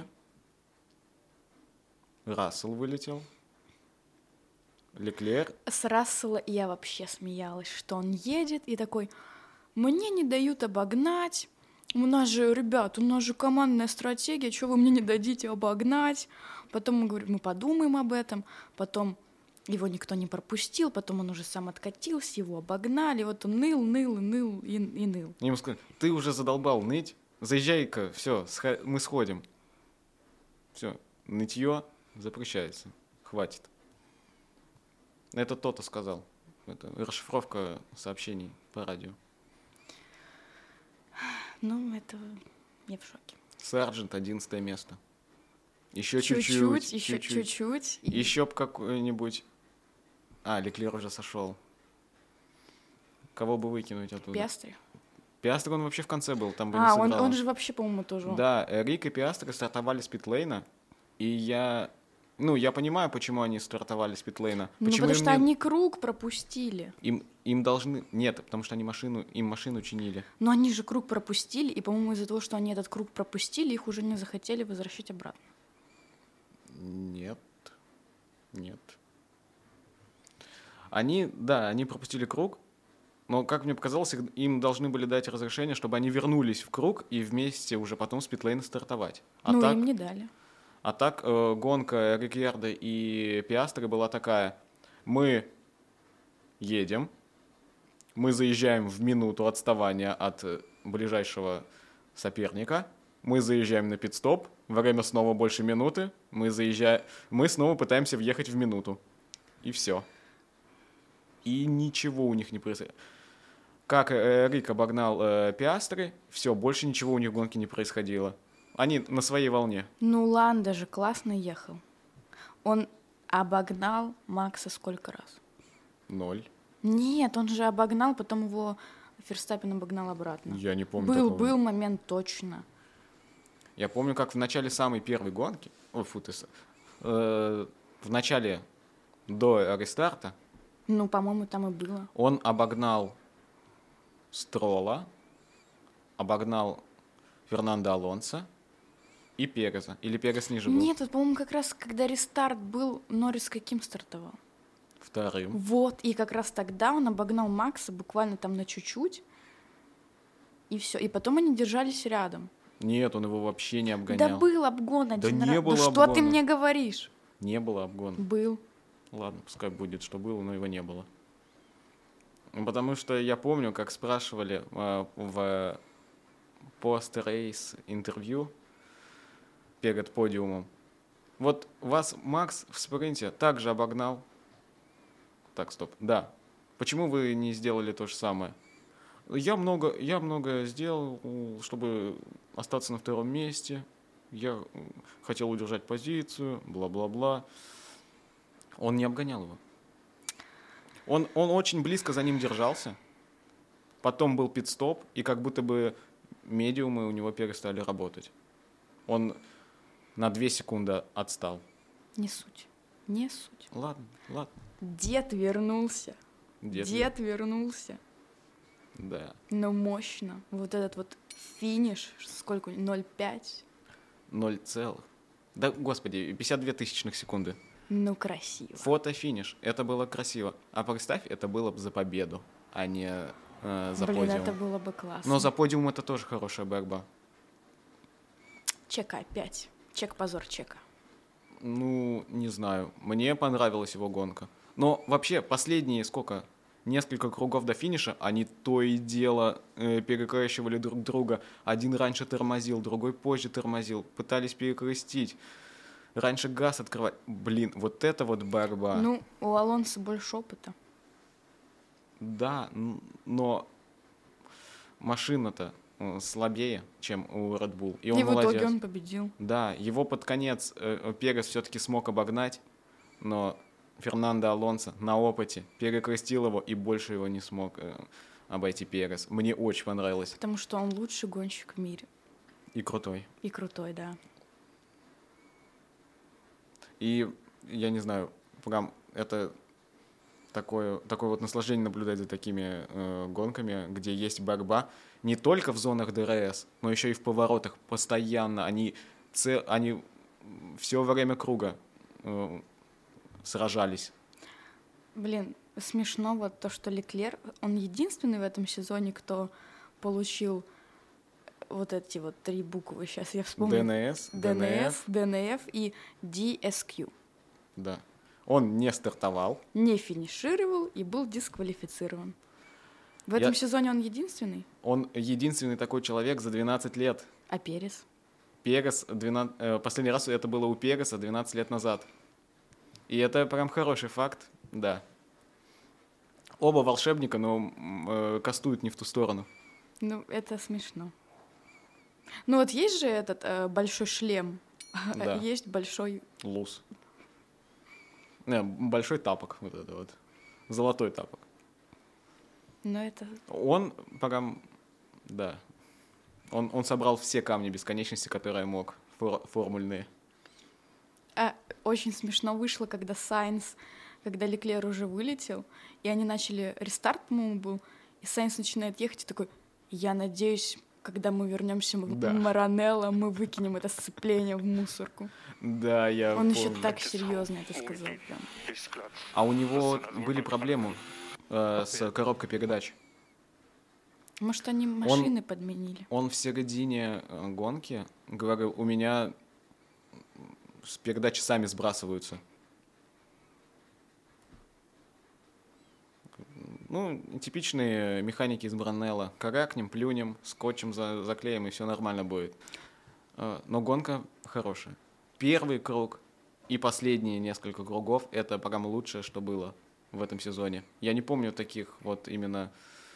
Speaker 2: Рассел вылетел. Леклер.
Speaker 1: С Рассела я вообще смеялась, что он едет и такой: мне не дают обогнать, у нас же, ребят, у нас же командная стратегия, что вы мне не дадите обогнать? Потом мы говорим, мы подумаем об этом, потом его никто не пропустил, потом он уже сам откатился, его обогнали, вот он ныл, ныл, ныл и, и ныл.
Speaker 2: Ему сказали: ты уже задолбал ныть, заезжай-ка, все, мы сходим. Все, нытье запрещается, хватит. Это то-то сказал. Это расшифровка сообщений по радио.
Speaker 1: Ну, это я в шоке.
Speaker 2: Сарджент, одиннадцатое место. Еще
Speaker 1: Чуть-чуть,
Speaker 2: чуть-чуть.
Speaker 1: еще чуть-чуть. и-
Speaker 2: Еще б какой-нибудь... А, Леклер уже сошел. Кого бы выкинуть оттуда?
Speaker 1: Пиастри.
Speaker 2: Пиастри он вообще в конце был, там бы не
Speaker 1: А, он,
Speaker 2: сыграло.
Speaker 1: он же вообще, по-моему, тоже.
Speaker 2: Да, Рик и Пиастри стартовали с питлейна, и я... Ну, я понимаю, почему они стартовали с питлейна.
Speaker 1: Ну,
Speaker 2: Почему
Speaker 1: потому
Speaker 2: им
Speaker 1: что
Speaker 2: не-
Speaker 1: они круг пропустили.
Speaker 2: Им, им должны... Нет, потому что они машину... им машину чинили.
Speaker 1: Но они же круг пропустили, и, по-моему, из-за того, что они этот круг пропустили, их уже не захотели возвращать обратно.
Speaker 2: Нет. Нет. Они, да, они пропустили круг, но, как мне показалось, их- им должны были дать разрешение, чтобы они вернулись в круг и вместе уже потом с питлейна стартовать. А
Speaker 1: Ну,
Speaker 2: так,
Speaker 1: им не дали.
Speaker 2: а так э, гонка Рикьярдо и Пиастры была такая. Мы едем, мы заезжаем в минуту отставания от э, ближайшего соперника, мы заезжаем на пит-стоп, время снова больше минуты, мы заезжаем, мы снова пытаемся въехать в минуту. И все. И ничего у них не происходит. Как э, Рик обогнал э, Пиастры, все, больше ничего у них в гонке не происходило. Они на своей волне.
Speaker 1: Ну, Ланда же классно ехал. Он обогнал Макса сколько раз?
Speaker 2: Ноль.
Speaker 1: Нет, он же обогнал, потом его Ферстаппен обогнал обратно.
Speaker 2: Я не помню
Speaker 1: Был,
Speaker 2: такого.
Speaker 1: был момент точно.
Speaker 2: Я помню, как в начале самой первой гонки, ой, фу ты, с- э, в начале до рестарта,
Speaker 1: Ну, по-моему, там и было.
Speaker 2: он обогнал Строла, обогнал Фернандо Алонсо и Переса. Или Перес ниже был?
Speaker 1: Нет, это, по-моему, как раз когда рестарт был, Норрис каким стартовал?
Speaker 2: Вторым.
Speaker 1: Вот, и как раз тогда он обогнал Макса буквально там на чуть-чуть, и все. И потом они держались рядом.
Speaker 2: Нет, он его вообще не обгонял.
Speaker 1: Да был обгон один
Speaker 2: не
Speaker 1: раз.
Speaker 2: было
Speaker 1: Да что ты
Speaker 2: обгона.
Speaker 1: мне говоришь?
Speaker 2: Не было обгона.
Speaker 1: Был.
Speaker 2: Ладно, пускай будет, что было, но его не было. Ну, потому что я помню, как спрашивали э, в пост-рейс интервью перед подиумом. Вот вас Макс в спринте также обогнал. Так, стоп. Да. Почему вы не сделали то же самое? Я много, я много сделал, чтобы остаться на втором месте. Я хотел удержать позицию, бла-бла-бла. Он не обгонял его. Он, он очень близко за ним держался. Потом был пит-стоп, и как будто бы медиумы у него перестали работать. Он на две секунды отстал.
Speaker 1: Не суть. Не суть.
Speaker 2: Ладно, ладно.
Speaker 1: Дед вернулся.
Speaker 2: Дед
Speaker 1: Дед, вернулся.
Speaker 2: Да.
Speaker 1: Но мощно. Вот этот вот финиш, сколько? ноль пять.
Speaker 2: Ноль целых. Да, господи, пятьдесят две тысячных секунды.
Speaker 1: Ну, красиво.
Speaker 2: Фото-финиш. Это было красиво. А представь, это было бы за победу, а не э, за
Speaker 1: Блин,
Speaker 2: подиум.
Speaker 1: это было бы классно.
Speaker 2: Но за подиум это тоже хорошая борьба.
Speaker 1: Чека опять. Чек-позор чека.
Speaker 2: Ну, не знаю. Мне понравилась его гонка. Но вообще, последние сколько? Несколько кругов до финиша, они то и дело э, перекрещивали друг друга. Один раньше тормозил, другой позже тормозил. Пытались перекрестить. Раньше газ открывать. Блин, вот это вот борьба.
Speaker 1: Ну, у Алонсо больше опыта.
Speaker 2: Да, н- но машина-то э, слабее, чем у Red Bull. И он
Speaker 1: И в
Speaker 2: молодец.
Speaker 1: итоге он победил.
Speaker 2: Да, его под конец э, Перес все-таки смог обогнать, но Фернандо Алонсо на опыте перекрестил его и больше его не смог э, обойти Перес. Мне очень понравилось.
Speaker 1: Потому что он лучший гонщик в мире.
Speaker 2: И крутой.
Speaker 1: И крутой, да.
Speaker 2: И я не знаю, прям это такое, такое вот наслаждение наблюдать за такими э, гонками, где есть борьба не только в зонах ДРС, но еще и в поворотах постоянно. Они, це- они все время круга э, сражались.
Speaker 1: Блин, смешно вот то, что Леклер, он единственный в этом сезоне, кто получил вот эти вот три буквы, сейчас я вспомню.
Speaker 2: ДНС,
Speaker 1: ДНС, ДНФ и ди эс кью.
Speaker 2: Да. Он не стартовал.
Speaker 1: Не финишировал и был дисквалифицирован. В этом
Speaker 2: Я-
Speaker 1: сезоне он единственный,
Speaker 2: Он единственный такой человек за двенадцать лет.
Speaker 1: а Перес.
Speaker 2: Перес, двенадцать, э, последний раз это было у Переса двенадцать лет назад. И это прям хороший факт, да. Оба волшебника, но м, э, кастуют не в ту сторону.
Speaker 1: Ну, это смешно. Ну вот есть же этот э, большой шлем,
Speaker 2: Да.
Speaker 1: есть большой...
Speaker 2: Луз. Не, большой тапок, вот это вот. Золотой тапок.
Speaker 1: Но это...
Speaker 2: Он прям, да. Он, он собрал все камни бесконечности, которые мог, фор- формульные.
Speaker 1: А, очень смешно вышло, когда Сайнс, когда Леклер уже вылетел, и они начали... Рестарт, по-моему, был, и Сайнс начинает ехать и такой: я надеюсь, когда мы вернемся в
Speaker 2: Да.
Speaker 1: Маранелло, мы выкинем это сцепление в мусорку.
Speaker 2: Да, я
Speaker 1: Он
Speaker 2: помню.
Speaker 1: еще так серьезно это сказал прям.
Speaker 2: А у него были проблемы э, с коробкой передач.
Speaker 1: Может, они машины подменили?
Speaker 2: Он в середине э, гонки говорил, у меня с передачи сами сбрасываются. Ну, типичные механики из Бранелла. Каракнем, плюнем, скотчем за, заклеим, и все нормально будет. Э, Но гонка хорошая. Первый круг и последние несколько кругов — это прям лучшее, что было в этом сезоне. Я не помню таких вот именно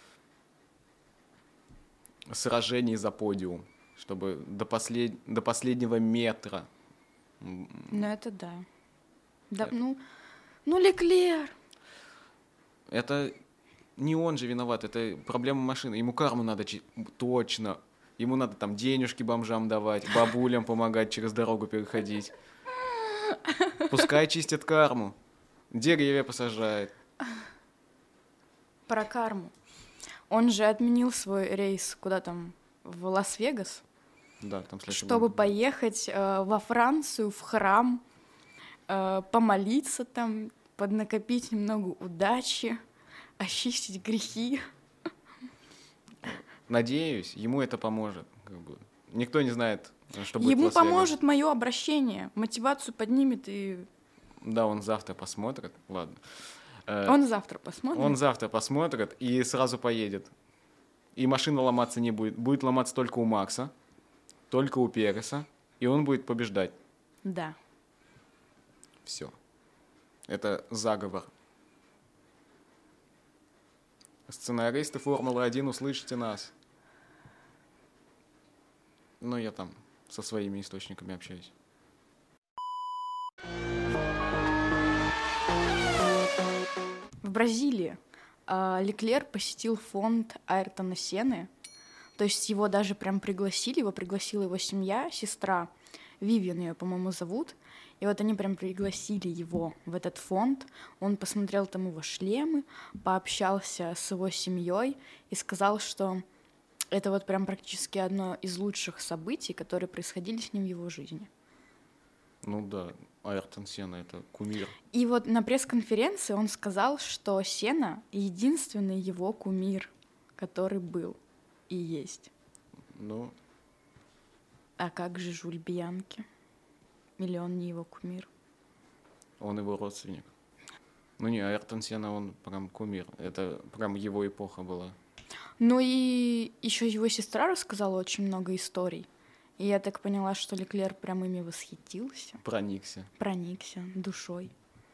Speaker 2: сражений за подиум, чтобы до, послед... до последнего метра.
Speaker 1: Ну, это да. Да, ну, ну, Леклер!
Speaker 2: Это не он же виноват, это проблема машины. Ему карму надо чи- точно. Ему надо там денежки бомжам давать, бабулям помогать через дорогу переходить. Пускай чистят карму. Деревья посажает.
Speaker 1: Про карму. Он же отменил свой рейс куда там, в Лас-Вегас,
Speaker 2: Да, там следующий
Speaker 1: чтобы
Speaker 2: год.
Speaker 1: поехать э, во Францию, в храм, э, помолиться там, поднакопить немного удачи, очистить грехи.
Speaker 2: Надеюсь, ему это поможет. Как бы. Никто не знает, что будет в
Speaker 1: Ему
Speaker 2: Лас-Вегасе.
Speaker 1: поможет мое обращение, мотивацию поднимет, и
Speaker 2: Да, он завтра посмотрит. Ладно. Э,
Speaker 1: он завтра посмотрит.
Speaker 2: Он завтра посмотрит и сразу поедет. И машина ломаться не будет. Будет ломаться только у Макса, только у Переса, и он будет побеждать.
Speaker 1: Да.
Speaker 2: Все. Это заговор. Сценаристы Формулы один, услышите нас. Ну, я там со своими источниками общаюсь.
Speaker 1: В Бразилии а, Леклер посетил фонд Айртона Сенны, то есть его даже прям пригласили, его пригласила его семья, сестра, Вивиан ее, по-моему, зовут, и вот они прям пригласили его в этот фонд, он посмотрел там его шлемы, пообщался с его семьей и сказал, что это вот прям практически одно из лучших событий, которые происходили с ним в его жизни.
Speaker 2: Ну да, Айртон Сенна — это кумир.
Speaker 1: И вот на пресс-конференции он сказал, что Сенна — единственный его кумир, который был и есть.
Speaker 2: Ну,
Speaker 1: А как же Жюль Бьянки? Или он не его кумир?
Speaker 2: он его родственник. Ну не, Айртон Сенна, он прям кумир. Это прям его эпоха была.
Speaker 1: Ну и еще его сестра рассказала очень много историй. И я так поняла, что Леклер прям ими восхитился,
Speaker 2: Проникся.
Speaker 1: проникся душой.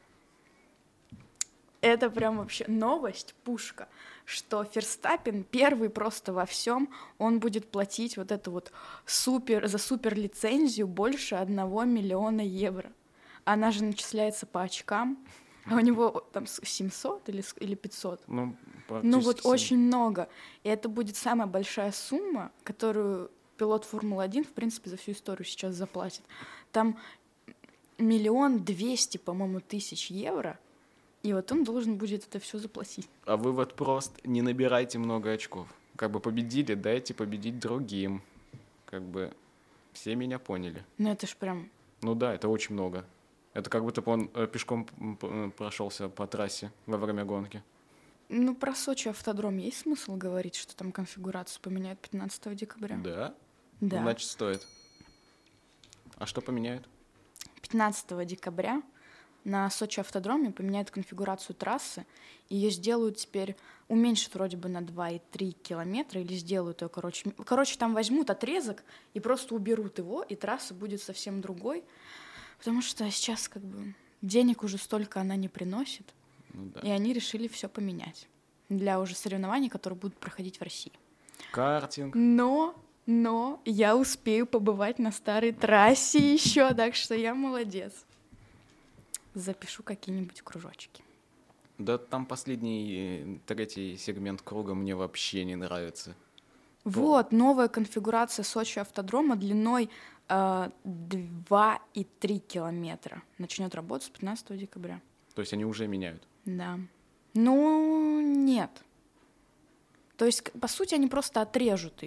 Speaker 1: Это прям вообще новость, пушка, что Ферстаппен первый просто во всем, он будет платить вот эту вот супер, за супер лицензию больше одного миллиона евро. Она же начисляется по очкам, а у него там семьсот или, или пятьсот.
Speaker 2: Ну,
Speaker 1: Ну вот
Speaker 2: практически.
Speaker 1: очень много. И это будет самая большая сумма, которую пилот Формулы один, в принципе, за всю историю сейчас заплатит. Там миллион двести, по-моему, тысяч евро, и вот он должен будет это все заплатить.
Speaker 2: А вывод прост: не набирайте много очков. Как бы победили, дайте победить другим. Как бы все меня поняли.
Speaker 1: Ну это ж прям...
Speaker 2: Ну да, это очень много. Это как будто бы он э, пешком м, п- э, прошелся по трассе во время гонки.
Speaker 1: Ну про Сочи автодром есть смысл говорить, что там конфигурацию поменяют пятнадцатого декабря?
Speaker 2: Да?
Speaker 1: Да.
Speaker 2: Значит, стоит. А что поменяют?
Speaker 1: пятнадцатого декабря на Сочи автодроме поменяют конфигурацию трассы, ее сделают теперь, уменьшат вроде бы на два и три километра, или сделают ее, короче, короче, там возьмут отрезок и просто уберут его, и трасса будет совсем другой, потому что сейчас как бы денег уже столько она не приносит,
Speaker 2: Ну да.
Speaker 1: и они решили все поменять для уже соревнований, которые будут проходить в России.
Speaker 2: Картинг.
Speaker 1: Но, но я успею побывать на старой трассе еще, так что я молодец. Запишу какие-нибудь кружочки.
Speaker 2: Да там последний, э, третий сегмент круга мне вообще не нравится.
Speaker 1: Вот, новая конфигурация Сочи автодрома длиной э, два и три километра. Начнет работать с пятнадцатого декабря.
Speaker 2: То есть они уже меняют.
Speaker 1: Да. Ну, нет. То есть, к- по сути, они просто отрежут ее.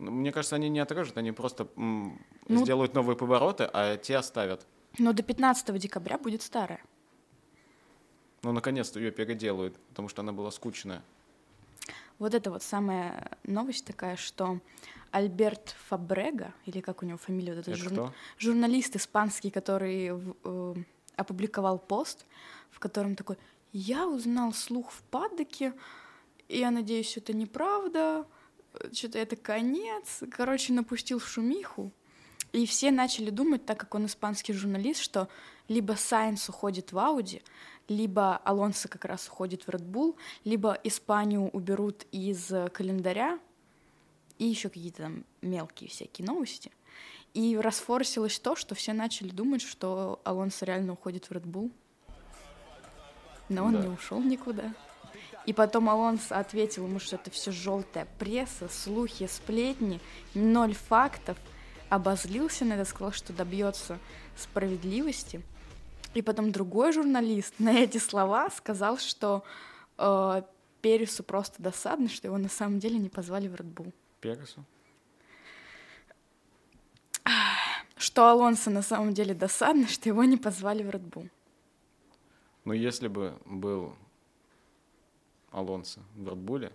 Speaker 2: Мне кажется, они не отрежут, они просто м,
Speaker 1: Ну-
Speaker 2: сделают новые повороты, а те оставят.
Speaker 1: Но до пятнадцатого декабря будет старая.
Speaker 2: Ну, наконец-то ее переделают, потому что она была скучная.
Speaker 1: Вот это вот самая новость такая, что Альберт Фабрега, или как у него фамилия, вот этот
Speaker 2: Это
Speaker 1: журн-
Speaker 2: кто?
Speaker 1: журналист испанский, который в- э, опубликовал пост, в котором такой: «Я узнал слух в паддоке, и я надеюсь, это неправда, что-то это конец». Короче, напустил шумиху, и все начали думать, так как он испанский журналист, что либо Сайнс уходит в Ауди, либо Алонсо как раз уходит в Red Bull, либо Испанию уберут из э, календаря, и еще какие-то там мелкие всякие новости. И расфорсилось то, что все начали думать, что Алонсо реально уходит в Red Bull. Но он
Speaker 2: Да.
Speaker 1: не ушел никуда. И потом Алонсо ответил ему, что это все желтая пресса, слухи, сплетни, ноль фактов. Обозлился на это, сказал, что добьется справедливости. И потом другой журналист на эти слова сказал, что э, Пересу просто досадно, что его на самом деле не позвали в Red Bull.
Speaker 2: Пересу?
Speaker 1: Что Алонсо на самом деле досадно, что его не позвали в Red Bull.
Speaker 2: Ну, если бы был Алонсо в Редбуле,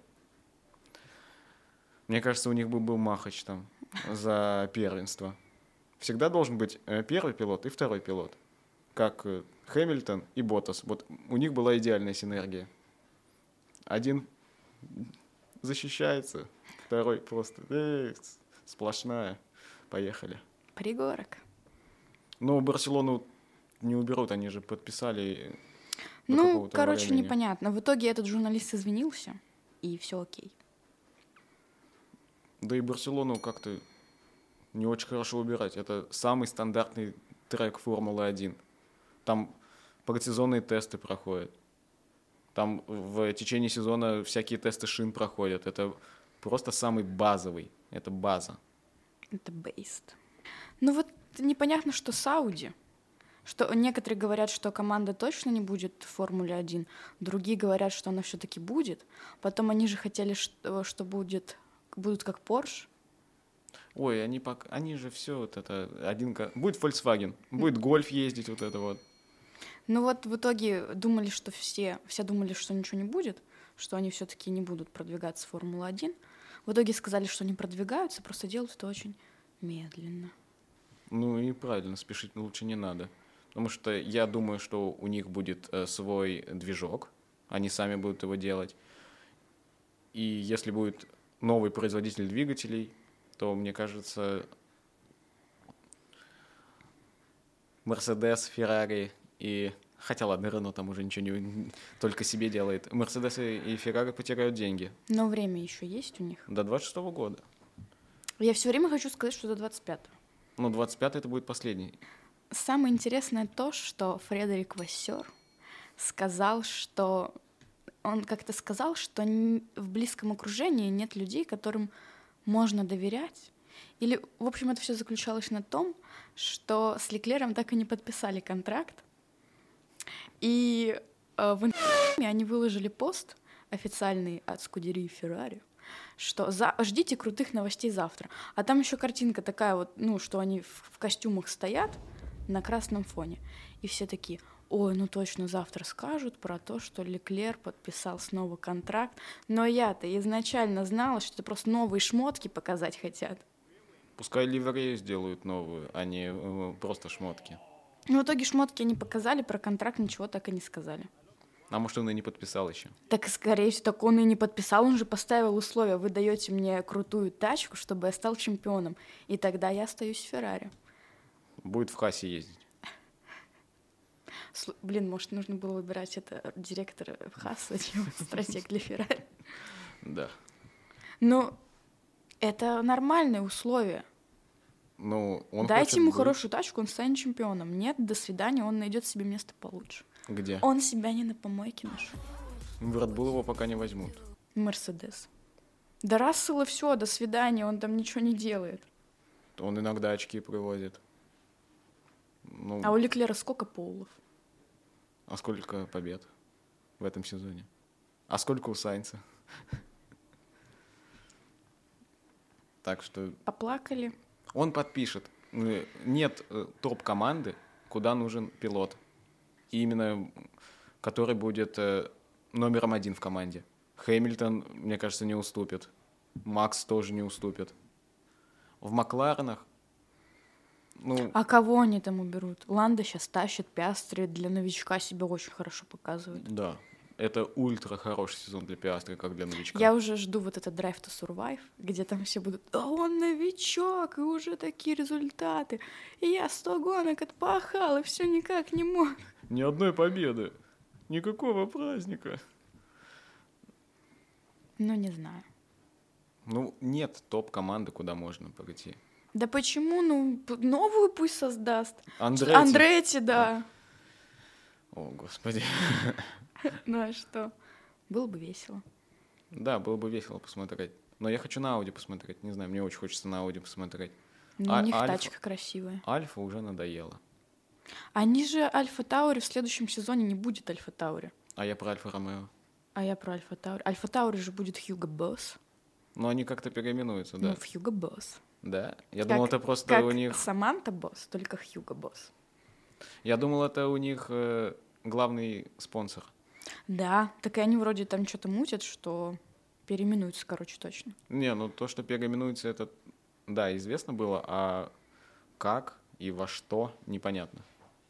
Speaker 2: мне кажется, у них бы был махач там за первенство. Всегда должен быть э, первый пилот и второй пилот. Как э, Хэмилтон и Боттас. Вот у них была идеальная синергия. Один защищается, второй просто э, сплошная. Поехали.
Speaker 1: Пригорок.
Speaker 2: Но Барселону не уберут, они же подписали до
Speaker 1: Ну,
Speaker 2: какого-то
Speaker 1: короче,
Speaker 2: времени.
Speaker 1: непонятно. В итоге этот журналист извинился, и все окей.
Speaker 2: Да и Барселону как-то не очень хорошо убирать. Это самый стандартный трек Формулы один. Там предсезонные тесты проходят. Там в течение сезона всякие тесты шин проходят. Это просто самый базовый. Это база.
Speaker 1: Это бейст. Ну вот непонятно, что с Ауди. Что некоторые говорят, что команда точно не будет в Формуле один, другие говорят, что она все-таки будет. Потом они же хотели, что, что будет, будут как Porsche.
Speaker 2: Ой, они, пока, они же все вот это... Один, ко- будет Volkswagen, будет Гольф ездить, вот это вот.
Speaker 1: Ну вот в итоге думали, что все, все думали, что ничего не будет, что они все-таки не будут продвигаться в Формулу один. В итоге сказали, что не продвигаются, просто делают это очень медленно.
Speaker 2: Ну и правильно, спешить лучше не надо. Потому что я думаю, что у них будет э, свой движок, они сами будут его делать. И если будет новый производитель двигателей, то, мне кажется, Mercedes, Ferrari и... Хотя ладно, Рено там уже ничего не... только себе делает. Mercedes и Ferrari потеряют деньги
Speaker 1: Но время еще есть у них.
Speaker 2: до двадцать шестого года.
Speaker 1: Я все время хочу сказать, что до двадцать пятого.
Speaker 2: Но двадцать пятый это будет последний.
Speaker 1: Самое интересное то, что Фредерик Вассер сказал, что он как-то сказал, что н- в близком окружении нет людей, которым можно доверять. Или, в общем, это все заключалось на том, что с Леклером так и не подписали контракт. И э, в Инстаграме они выложили пост официальный от Скудерии Феррари, что за... ждите крутых новостей завтра. А там еще картинка такая вот, ну, что они в, в костюмах стоят на красном фоне. И все такие: ой, ну точно завтра скажут про то, что Леклер подписал снова контракт. Но я-то изначально знала, что это просто новые шмотки показать хотят.
Speaker 2: Пускай ливрею сделают новую, а не э, просто шмотки.
Speaker 1: Но в итоге шмотки они показали, про контракт ничего так и не сказали.
Speaker 2: А может, он и не подписал еще.
Speaker 1: Так, скорее всего, так он и не подписал, он же поставил условия: вы даете мне крутую тачку, чтобы я стал чемпионом, и тогда я остаюсь в Феррари.
Speaker 2: Будет в Хасе ездить.
Speaker 1: Слу- Блин, может, нужно было выбирать это директора Хаса, чем стратег для Феррари.
Speaker 2: Да.
Speaker 1: Ну, это нормальные условия.
Speaker 2: Ну, он
Speaker 1: Дайте
Speaker 2: хочет
Speaker 1: ему
Speaker 2: быть-
Speaker 1: хорошую тачку, он станет чемпионом. Нет, до свидания, он найдет себе место получше.
Speaker 2: Где?
Speaker 1: Он себя не на помойке нашел.
Speaker 2: В Red Bull его пока не возьмут.
Speaker 1: Мерседес. Да Рассела все, до свидания, он там ничего не делает.
Speaker 2: Он иногда очки привозит. Ну,
Speaker 1: А у Леклера сколько полов?
Speaker 2: а сколько побед в этом сезоне? А сколько у Сайнца? Так что
Speaker 1: Поплакали.
Speaker 2: он подпишет. Э, Нет э, топ-команды, куда нужен пилот. И именно который будет э, номером один в команде. Хэмилтон, мне кажется, не уступит. Макс тоже не уступит. В Макларенах, ну,
Speaker 1: А кого они там уберут? Ланда сейчас тащит, Пиастри для новичка себя очень хорошо показывает.
Speaker 2: да, это ультра хороший сезон для Пиастри, как для новичка.
Speaker 1: Я уже жду вот этот Drive to Survive, где там все будут, да он новичок, и уже такие результаты. И я сто гонок отпахал, и все никак не мог.
Speaker 2: Ни одной победы, никакого праздника.
Speaker 1: Ну, не знаю.
Speaker 2: Ну, нет топ-команды, куда можно пойти.
Speaker 1: Да почему? Ну, п- новую пусть создаст.
Speaker 2: Андретти.
Speaker 1: Андретти, да.
Speaker 2: О, господи.
Speaker 1: Ну, а что? Было бы весело.
Speaker 2: Да, было бы весело посмотреть. Но я хочу на Ауди посмотреть. Не знаю, мне очень хочется на Ауди посмотреть.
Speaker 1: Ну,
Speaker 2: А-
Speaker 1: у них
Speaker 2: Альфа-
Speaker 1: тачка красивая.
Speaker 2: Альфа уже надоело.
Speaker 1: Они же Альфа Таури в следующем сезоне не будет Альфа Таури.
Speaker 2: А я про Альфа Ромео.
Speaker 1: А я про Альфа Таури. Альфа Таури же будет Хьюго Босс.
Speaker 2: Но они как-то переименуются, да.
Speaker 1: Ну, в Хьюго Босс.
Speaker 2: Да. Я
Speaker 1: Как-
Speaker 2: думал, это просто
Speaker 1: как
Speaker 2: у них.
Speaker 1: Саманта Босс, только Хьюго Босс.
Speaker 2: Я думал, это у них э, главный спонсор.
Speaker 1: Да, так и они вроде там что-то мутят, что переименуются, короче, точно.
Speaker 2: Не, ну то, что переименуется, это, да, известно было, а как и во что, непонятно.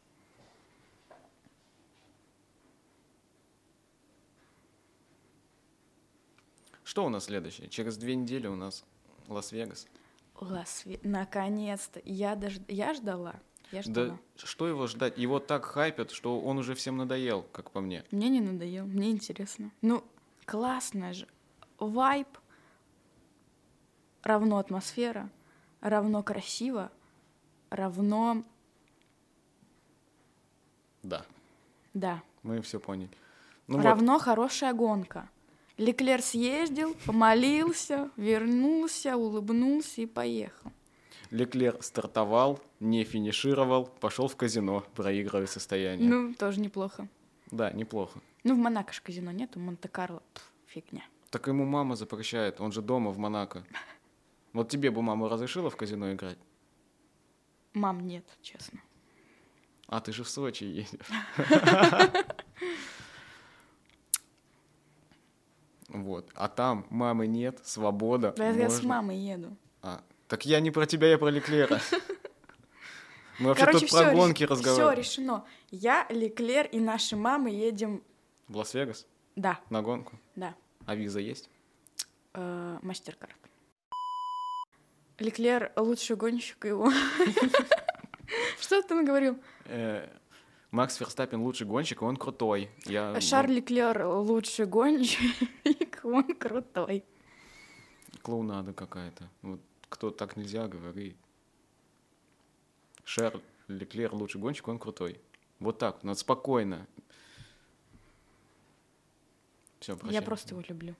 Speaker 2: Что у нас следующее? Через две недели у нас Лас-Вегас.
Speaker 1: Лас-Ве- Наконец-то. Я, дож... я ждала. Я ждала.
Speaker 2: Да что его ждать? Его так хайпят, что он уже всем надоел, как по мне.
Speaker 1: Мне не надоел, мне интересно. Ну, классно же. Вайб равно атмосфера, равно красиво, равно...
Speaker 2: Да,
Speaker 1: Да.
Speaker 2: мы все поняли. Ну вот,
Speaker 1: равно хорошая гонка. Леклер съездил, помолился, вернулся, улыбнулся и поехал.
Speaker 2: Леклер стартовал, не финишировал, пошел в казино, проигрывая состояние.
Speaker 1: Ну, тоже неплохо.
Speaker 2: Да, неплохо.
Speaker 1: Ну, в Монако ж казино нет, в Монте-Карло пф, фигня.
Speaker 2: Так ему мама запрещает, он же дома в Монако. Вот тебе бы мама разрешила в казино играть?
Speaker 1: Мам, нет, честно.
Speaker 2: А ты же в Сочи едешь. Вот. А там мамы нет, свобода.
Speaker 1: Да я с
Speaker 2: можно.
Speaker 1: мамой еду.
Speaker 2: А, так я не про тебя, я про Леклера. Мы вообще
Speaker 1: Короче,
Speaker 2: тут
Speaker 1: все,
Speaker 2: про гонки
Speaker 1: все
Speaker 2: разговариваем.
Speaker 1: решено. Я, Леклер и наши мамы едем...
Speaker 2: В Лас-Вегас?
Speaker 1: Да,
Speaker 2: На гонку?
Speaker 1: да.
Speaker 2: А виза есть?
Speaker 1: Э, Мастеркард. Леклер лучший гонщик его. Что ты наговорил?
Speaker 2: Э, Макс Ферстаппен лучший гонщик, и он крутой. Я,
Speaker 1: Шарль Леклер лучший гонщик, он крутой.
Speaker 2: ну, клоунада какая-то. Вот кто так нельзя, говори. Шарль Леклер лучший гонщик, он крутой. Вот так, надо спокойно. Все, прощай.
Speaker 1: Я просто его люблю.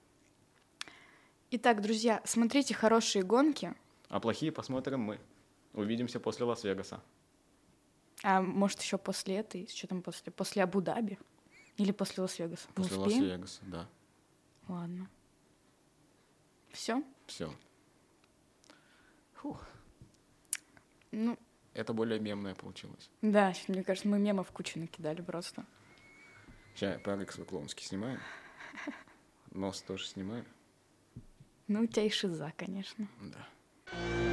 Speaker 1: Итак, друзья, смотрите хорошие гонки.
Speaker 2: А плохие посмотрим мы. Увидимся после Лас-Вегаса.
Speaker 1: А может, еще после этой, что там после? После Абу-Даби? Или после Лас-Вегаса? Мы
Speaker 2: После
Speaker 1: успеем?
Speaker 2: Лас-Вегаса, да.
Speaker 1: Ладно. Все?
Speaker 2: Все.
Speaker 1: Ну,
Speaker 2: Это более мемное получилось.
Speaker 1: да, мне кажется, мы мемов кучу накидали просто.
Speaker 2: Сейчас парик свой клоунский снимаем. Нос тоже снимаем.
Speaker 1: Ну, у тебя и шиза, конечно.
Speaker 2: Да.